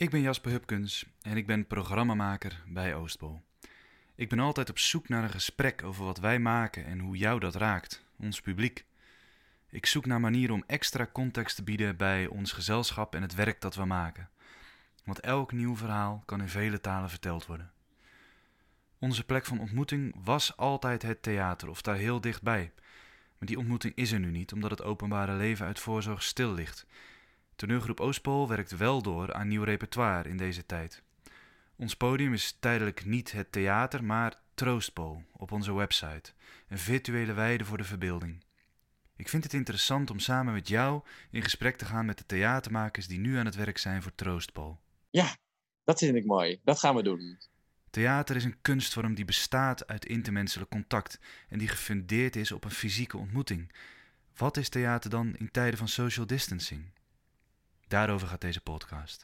Ik ben Jasper Hupkens en ik ben programmamaker bij Oostpol. Ik ben altijd op zoek naar een gesprek over wat wij maken en hoe jou dat raakt, ons publiek. Ik zoek naar manieren om extra context te bieden bij ons gezelschap en het werk dat we maken. Want elk nieuw verhaal kan in vele talen verteld worden. Onze plek van ontmoeting was altijd het theater of daar heel dichtbij. Maar die ontmoeting is er nu niet, omdat het openbare leven uit voorzorg stil ligt. Toneelgroep Oostpol werkt wel door aan nieuw repertoire in deze tijd. Ons podium is tijdelijk niet het theater, maar Troostpol op onze website. Een virtuele weide voor de verbeelding. Ik vind het interessant om samen met jou in gesprek te gaan met de theatermakers die nu aan het werk zijn voor Troostpol. Ja, dat vind ik mooi. Dat gaan we doen. Theater is een kunstvorm die bestaat uit intermenselijk contact en die gefundeerd is op een fysieke ontmoeting. Wat is theater dan in tijden van social distancing? Daarover gaat deze podcast.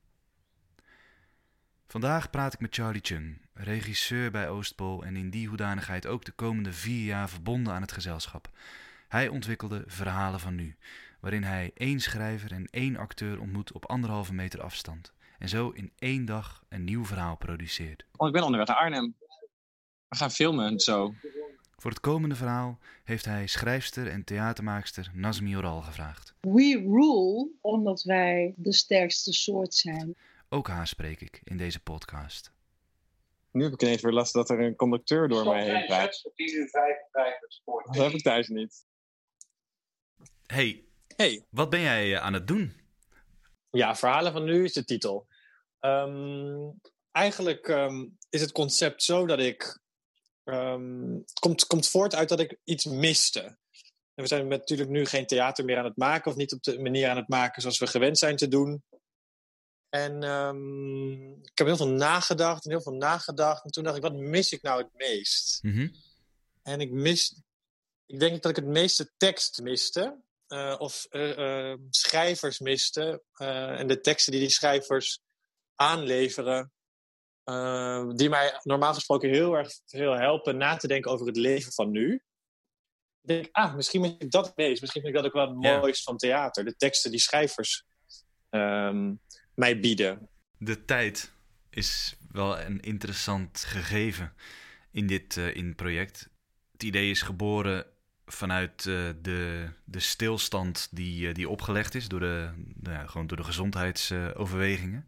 Vandaag praat ik met Charlie Chung, regisseur bij Oostpol en in die hoedanigheid ook de komende 4 jaar verbonden aan het gezelschap. Hij ontwikkelde Verhalen van Nu, waarin hij 1 schrijver en 1 acteur ontmoet op 1,5 meter afstand. En zo in 1 dag een nieuw verhaal produceert. Ik ben onderweg naar Arnhem. We gaan filmen en zo. Voor het komende verhaal heeft hij schrijfster en theatermaakster Nazmi Oral gevraagd. We rule omdat wij de sterkste soort zijn. Ook haar spreek ik in deze podcast. Nu heb ik ineens weer last dat er een conducteur door mij heen praat. Dat heb ik thuis niet. Hey, Hey. Wat ben jij aan het doen? Ja, Verhalen van Nu is de titel. Eigenlijk is het concept zo dat ik... komt voort uit dat ik iets miste. En we zijn natuurlijk nu geen theater meer aan het maken, of niet op de manier aan het maken zoals we gewend zijn te doen. En ik heb heel veel nagedacht. En toen dacht ik, wat mis ik nou het meest? Mm-hmm. En ik denk dat ik het meeste tekst miste. Of schrijvers miste. En de teksten die schrijvers aanleveren. Die mij normaal gesproken heel erg veel helpen na te denken over het leven van nu. Ik denk, misschien vind ik dat het meest. Misschien vind ik dat ook wel het mooist van theater. De teksten die schrijvers mij bieden. De tijd is wel een interessant gegeven in dit project. Het idee is geboren vanuit de stilstand die opgelegd is gewoon door de gezondheidsoverwegingen.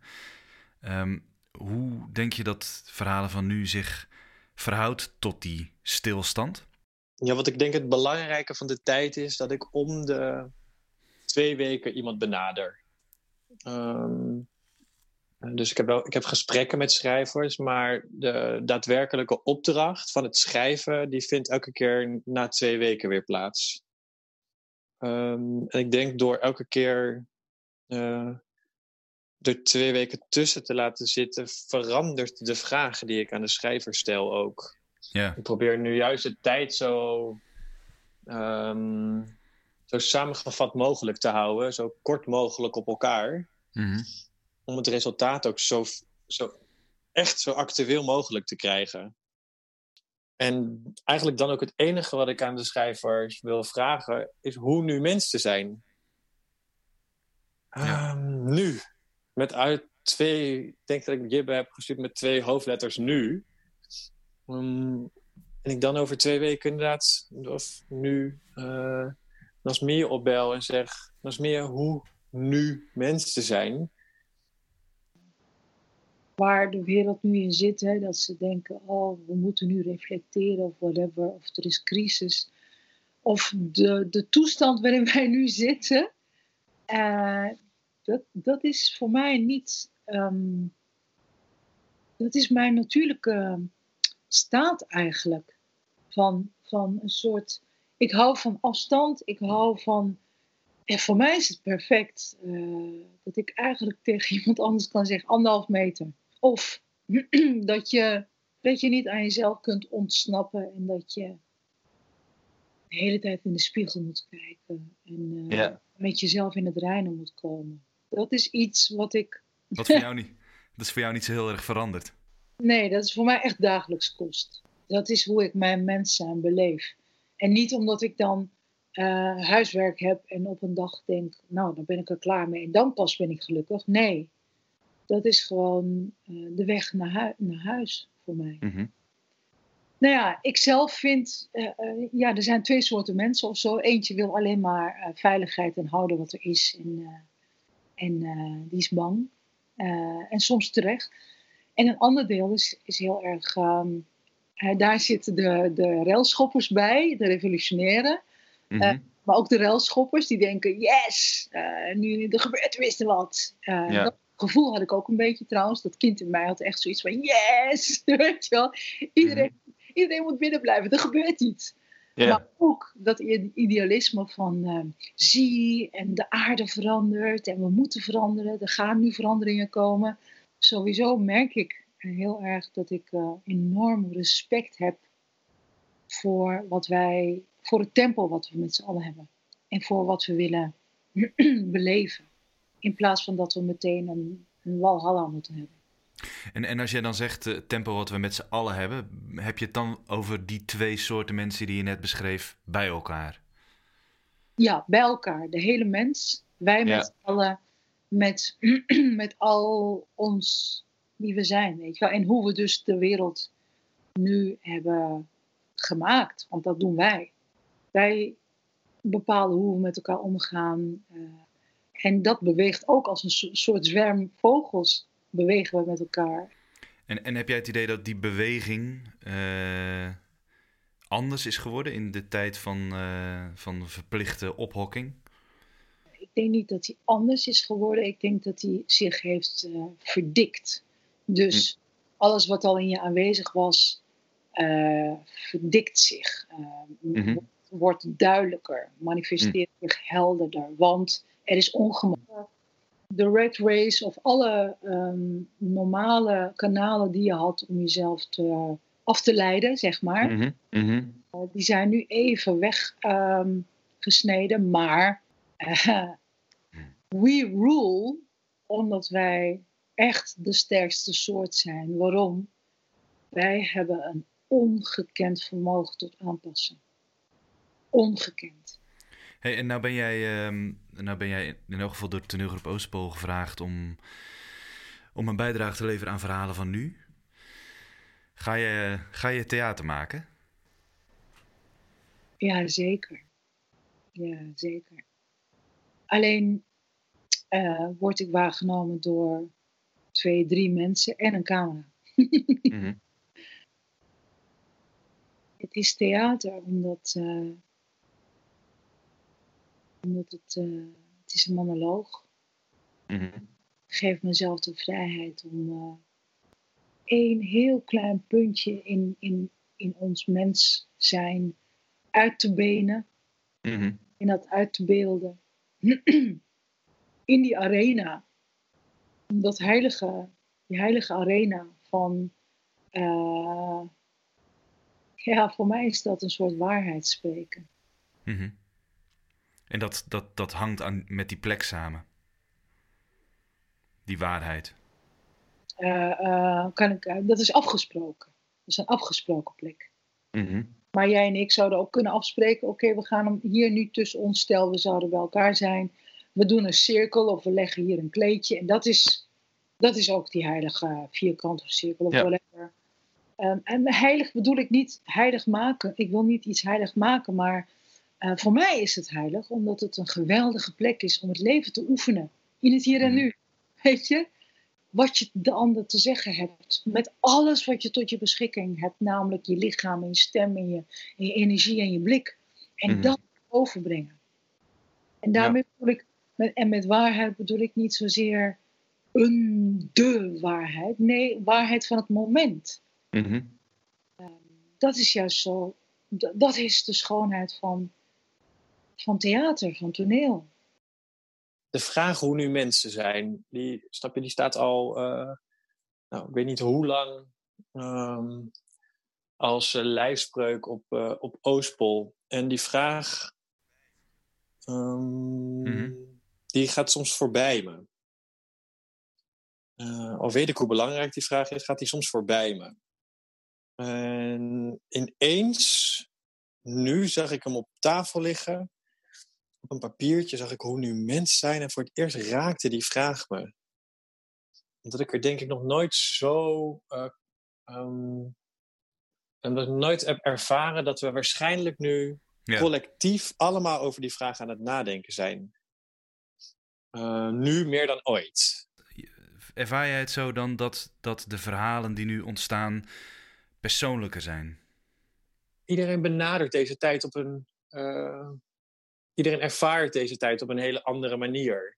Hoe denk je dat Verhalen van Nu zich verhoudt tot die stilstand? Ja, wat ik denk het belangrijke van de tijd is, dat ik om de 2 weken iemand benader. Dus ik heb gesprekken met schrijvers, maar de daadwerkelijke opdracht van het schrijven, die vindt elke keer na 2 weken weer plaats. En ik denk door elke keer er 2 weken tussen te laten zitten, verandert de vragen die ik aan de schrijver stel ook. Ja. Ik probeer nu juist de tijd zo samengevat mogelijk te houden, zo kort mogelijk op elkaar. Mm-hmm. Om het resultaat ook zo actueel mogelijk te krijgen. En eigenlijk dan ook het enige wat ik aan de schrijvers wil vragen is hoe nu mens te zijn. Ja. Nu. Ik denk dat ik Jibbe heb gestuurd met 2 hoofdletters nu. En ik dan over 2 weken inderdaad, of nu, Nazmi opbel en zeg, Nazmi, hoe nu mens te zijn. Waar de wereld nu in zit, hè, dat ze denken, we moeten nu reflecteren of whatever, of er is crisis. Of de toestand waarin wij nu zitten, dat is voor mij niet, dat is mijn natuurlijke staat eigenlijk. Van een soort, ik hou van afstand, ik hou van, en voor mij is het perfect dat ik eigenlijk tegen iemand anders kan zeggen 1,5 meter. Of dat je niet aan jezelf kunt ontsnappen en dat je de hele tijd in de spiegel moet kijken en met jezelf in het reinen moet komen. Dat is iets wat ik... Dat is voor jou niet zo heel erg veranderd? Nee, dat is voor mij echt dagelijks kost. Dat is hoe ik mijn mens zijn beleef. En niet omdat ik dan huiswerk heb en op een dag denk, nou, dan ben ik er klaar mee en dan pas ben ik gelukkig. Nee, Dat is gewoon de weg naar huis voor mij. Mhm. Nou ja, ik zelf vind, er zijn 2 soorten mensen of zo. Eentje wil alleen maar veiligheid en houden wat er is. En die is bang. En soms terecht. En een ander deel is heel erg... daar zitten de railschoppers bij, de revolutionairen. Mhm. Maar ook de railschoppers die denken, yes, nu er gebeurt tenminste wat. Ja. Dat gevoel had ik ook een beetje trouwens. Dat kind in mij had echt zoiets van, yes, weet je wel. Iedereen moet binnen blijven, er gebeurt iets. Ja. Maar ook dat idealisme van zie en de aarde verandert en we moeten veranderen. Er gaan nu veranderingen komen. Sowieso merk ik heel erg dat ik enorm respect heb voor het tempo wat we met z'n allen hebben. En voor wat we willen beleven. In plaats van dat we meteen een walhalla moeten hebben. En als jij dan zegt het tempo wat we met z'n allen hebben, heb je het dan over die 2 soorten mensen die je net beschreef bij elkaar? Ja, bij elkaar. De hele mens. Wij met z'n allen. Met al ons wie we zijn. Weet je wel? En hoe we dus de wereld nu hebben gemaakt. Want dat doen wij. Wij bepalen hoe we met elkaar omgaan. En dat beweegt ook als een soort zwerm vogels. Bewegen we met elkaar. En heb jij het idee dat die beweging anders is geworden in de tijd van verplichte ophokking? Ik denk niet dat hij anders is geworden. Ik denk dat hij zich heeft verdikt. Dus alles wat al in je aanwezig was, verdikt zich. Wordt duidelijker. Manifesteert zich helderder. Want er is ongemak. De red race of alle normale kanalen die je had om jezelf af te leiden, zeg maar. Die zijn nu even weggesneden. Maar we rule omdat wij echt de sterkste soort zijn. Waarom? Wij hebben een ongekend vermogen tot aanpassen. Ongekend. Hey, en nou ben jij in elk geval door de toneelgroep Oostpool gevraagd om een bijdrage te leveren aan verhalen van nu. Ga je theater maken? Ja, zeker. Alleen word ik waargenomen door 2, 3 mensen en een camera. Het is theater omdat het is een monoloog. Ik geef mezelf de vrijheid om één heel klein puntje in ons mens zijn uit te benen. En dat uit te beelden. In die arena. Die heilige arena van... voor mij is dat een soort waarheid spreken. En dat hangt met die plek samen? Die waarheid? Dat is afgesproken. Dat is een afgesproken plek. Maar jij en ik zouden ook kunnen afspreken... Oké, we gaan hem hier nu tussen ons... Stel, we zouden bij elkaar zijn. We doen een cirkel of we leggen hier een kleedje. En dat is ook die heilige vierkant of cirkel of whatever. En heilig bedoel ik niet heilig maken. Ik wil niet iets heilig maken, maar... voor mij is het heilig, omdat het een geweldige plek is om het leven te oefenen. In het hier en nu. Weet je? Wat je de ander te zeggen hebt. Met alles wat je tot je beschikking hebt. Namelijk je lichaam en je stem en je energie en je blik. En dat overbrengen. En daarmee bedoel ik... Met waarheid bedoel ik niet zozeer de waarheid. Nee, waarheid van het moment. Dat is juist zo... Dat is de schoonheid van theater, van toneel. De vraag hoe nu mensen zijn, die staat al, ik weet niet hoe lang, als lijfspreuk op Oostpool. En die vraag, die gaat soms voorbij me. Al weet ik hoe belangrijk die vraag is, gaat die soms voorbij me. En ineens, nu zag ik hem op tafel liggen. Op een papiertje zag ik hoe nu mens zijn. En voor het eerst raakte die vraag me. Omdat ik er denk ik nog nooit zo... en dat ik nooit heb ervaren dat we waarschijnlijk nu collectief allemaal over die vraag aan het nadenken zijn. Nu meer dan ooit. Ervaar jij het zo dan dat de verhalen die nu ontstaan persoonlijker zijn? Iedereen benadert deze tijd op een... iedereen ervaart deze tijd op een hele andere manier.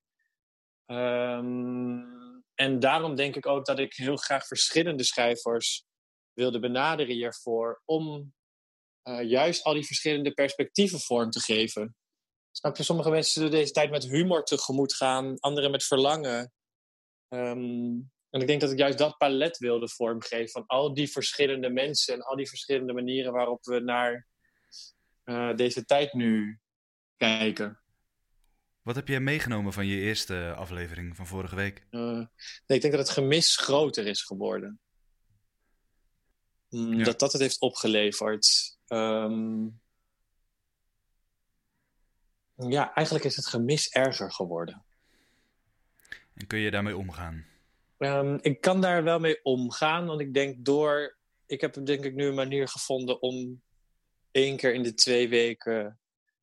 En daarom denk ik ook dat ik heel graag verschillende schrijvers wilde benaderen hiervoor, om juist al die verschillende perspectieven vorm te geven. Snap je, sommige mensen zullen deze tijd met humor tegemoet gaan, anderen met verlangen. En ik denk dat ik juist dat palet wilde vormgeven van al die verschillende mensen en al die verschillende manieren waarop we naar deze tijd nu kijken. Wat heb jij meegenomen van je eerste aflevering van vorige week? Nee, ik denk dat het gemis groter is geworden. Dat het heeft opgeleverd. Eigenlijk is het gemis erger geworden. En kun je daarmee omgaan? Ik kan daar wel mee omgaan, want ik heb denk ik nu een manier gevonden om 1 keer in de 2 weken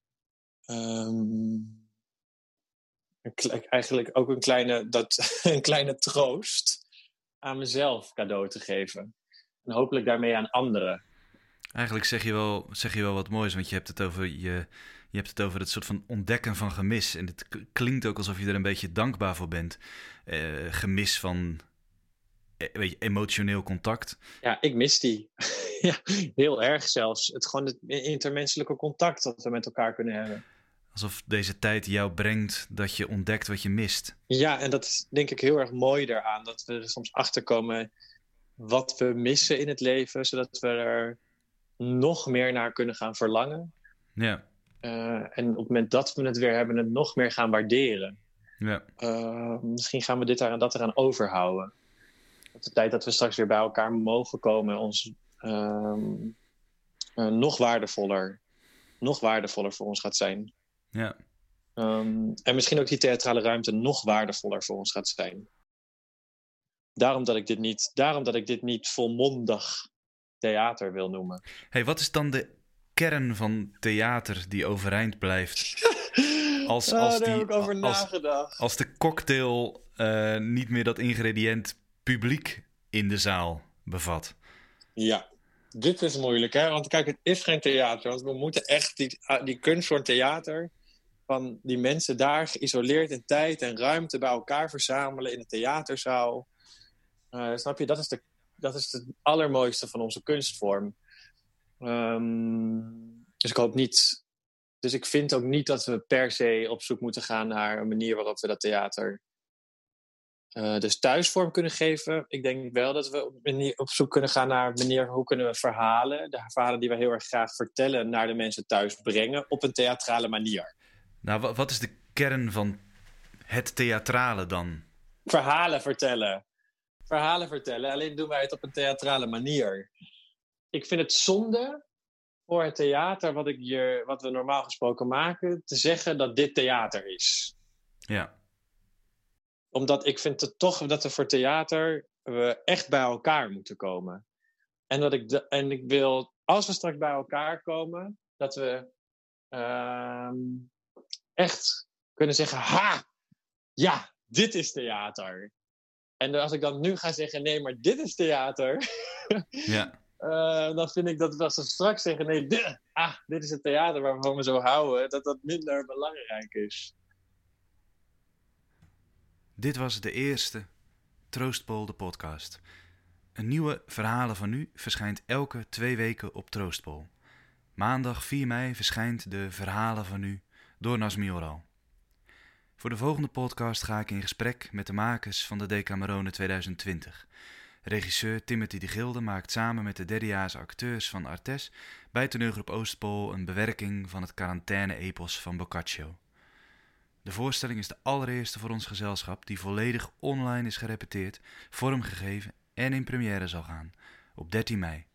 eigenlijk ook een kleine troost aan mezelf cadeau te geven. En hopelijk daarmee aan anderen. Eigenlijk zeg je wel wat moois, want je hebt het over het soort van ontdekken van gemis. En het klinkt ook alsof je er een beetje dankbaar voor bent. Gemis van emotioneel contact. Ja, ik mis die. Ja, heel erg zelfs. Het intermenselijke contact dat we met elkaar kunnen hebben. Alsof deze tijd jou brengt dat je ontdekt wat je mist. Ja, en dat is denk ik heel erg mooi daaraan. Dat we er soms achterkomen wat we missen in het leven, zodat we er nog meer naar kunnen gaan verlangen. Ja. En op het moment dat we het weer hebben, het nog meer gaan waarderen. Ja. Misschien gaan we dat eraan overhouden. Op de tijd dat we straks weer bij elkaar mogen komen, ons nog waardevoller voor ons gaat zijn. Ja. En misschien ook die theatrale ruimte nog waardevoller voor ons gaat zijn. Daarom dat ik dit niet volmondig theater wil noemen. Hey, wat is dan de kern van theater die overeind blijft? Daar heb ik over nagedacht. Als de cocktail niet meer dat ingrediënt publiek in de zaal bevat. Ja, dit is moeilijk, hè? Want kijk, het is geen theater. Want we moeten echt die kunst voor een theater, van die mensen daar geïsoleerd in tijd en ruimte bij elkaar verzamelen in een theaterzaal. Snap je? Dat is het allermooiste van onze kunstvorm. Dus ik vind ook niet dat we per se op zoek moeten gaan naar een manier waarop we dat theater dus thuisvorm kunnen geven. Ik denk wel dat we op zoek kunnen gaan naar een manier hoe kunnen we de verhalen die we heel erg graag vertellen, naar de mensen thuis brengen op een theatrale manier. Nou, wat is de kern van het theatrale dan? Verhalen vertellen, alleen doen wij het op een theatrale manier. Ik vind het zonde voor het theater, wat we normaal gesproken maken, te zeggen dat dit theater is. Ja. Omdat ik vind het toch dat we voor theater echt bij elkaar moeten komen. En ik wil, als we straks bij elkaar komen, dat we echt kunnen zeggen, ha! Ja, dit is theater. En als ik dan nu ga zeggen, nee, maar dit is theater. Ja. Dan vind ik dat als we straks zeggen, nee, dit is het theater waarvan we zo houden, dat minder belangrijk is. Dit was de eerste Troostpol, de podcast. Een nieuwe Verhalen van Nu verschijnt elke 2 weken op Troostpol. Maandag 4 mei verschijnt de Verhalen van Nu door Nazmi Oral. Voor de volgende podcast ga ik in gesprek met de makers van de Decamerone 2020. Regisseur Timothy de Gilde maakt samen met de derdejaars acteurs van Artes bij toneelgroep Oostpol een bewerking van het quarantaine-epos van Boccaccio. De voorstelling is de allereerste voor ons gezelschap die volledig online is gerepeteerd, vormgegeven en in première zal gaan op 13 mei.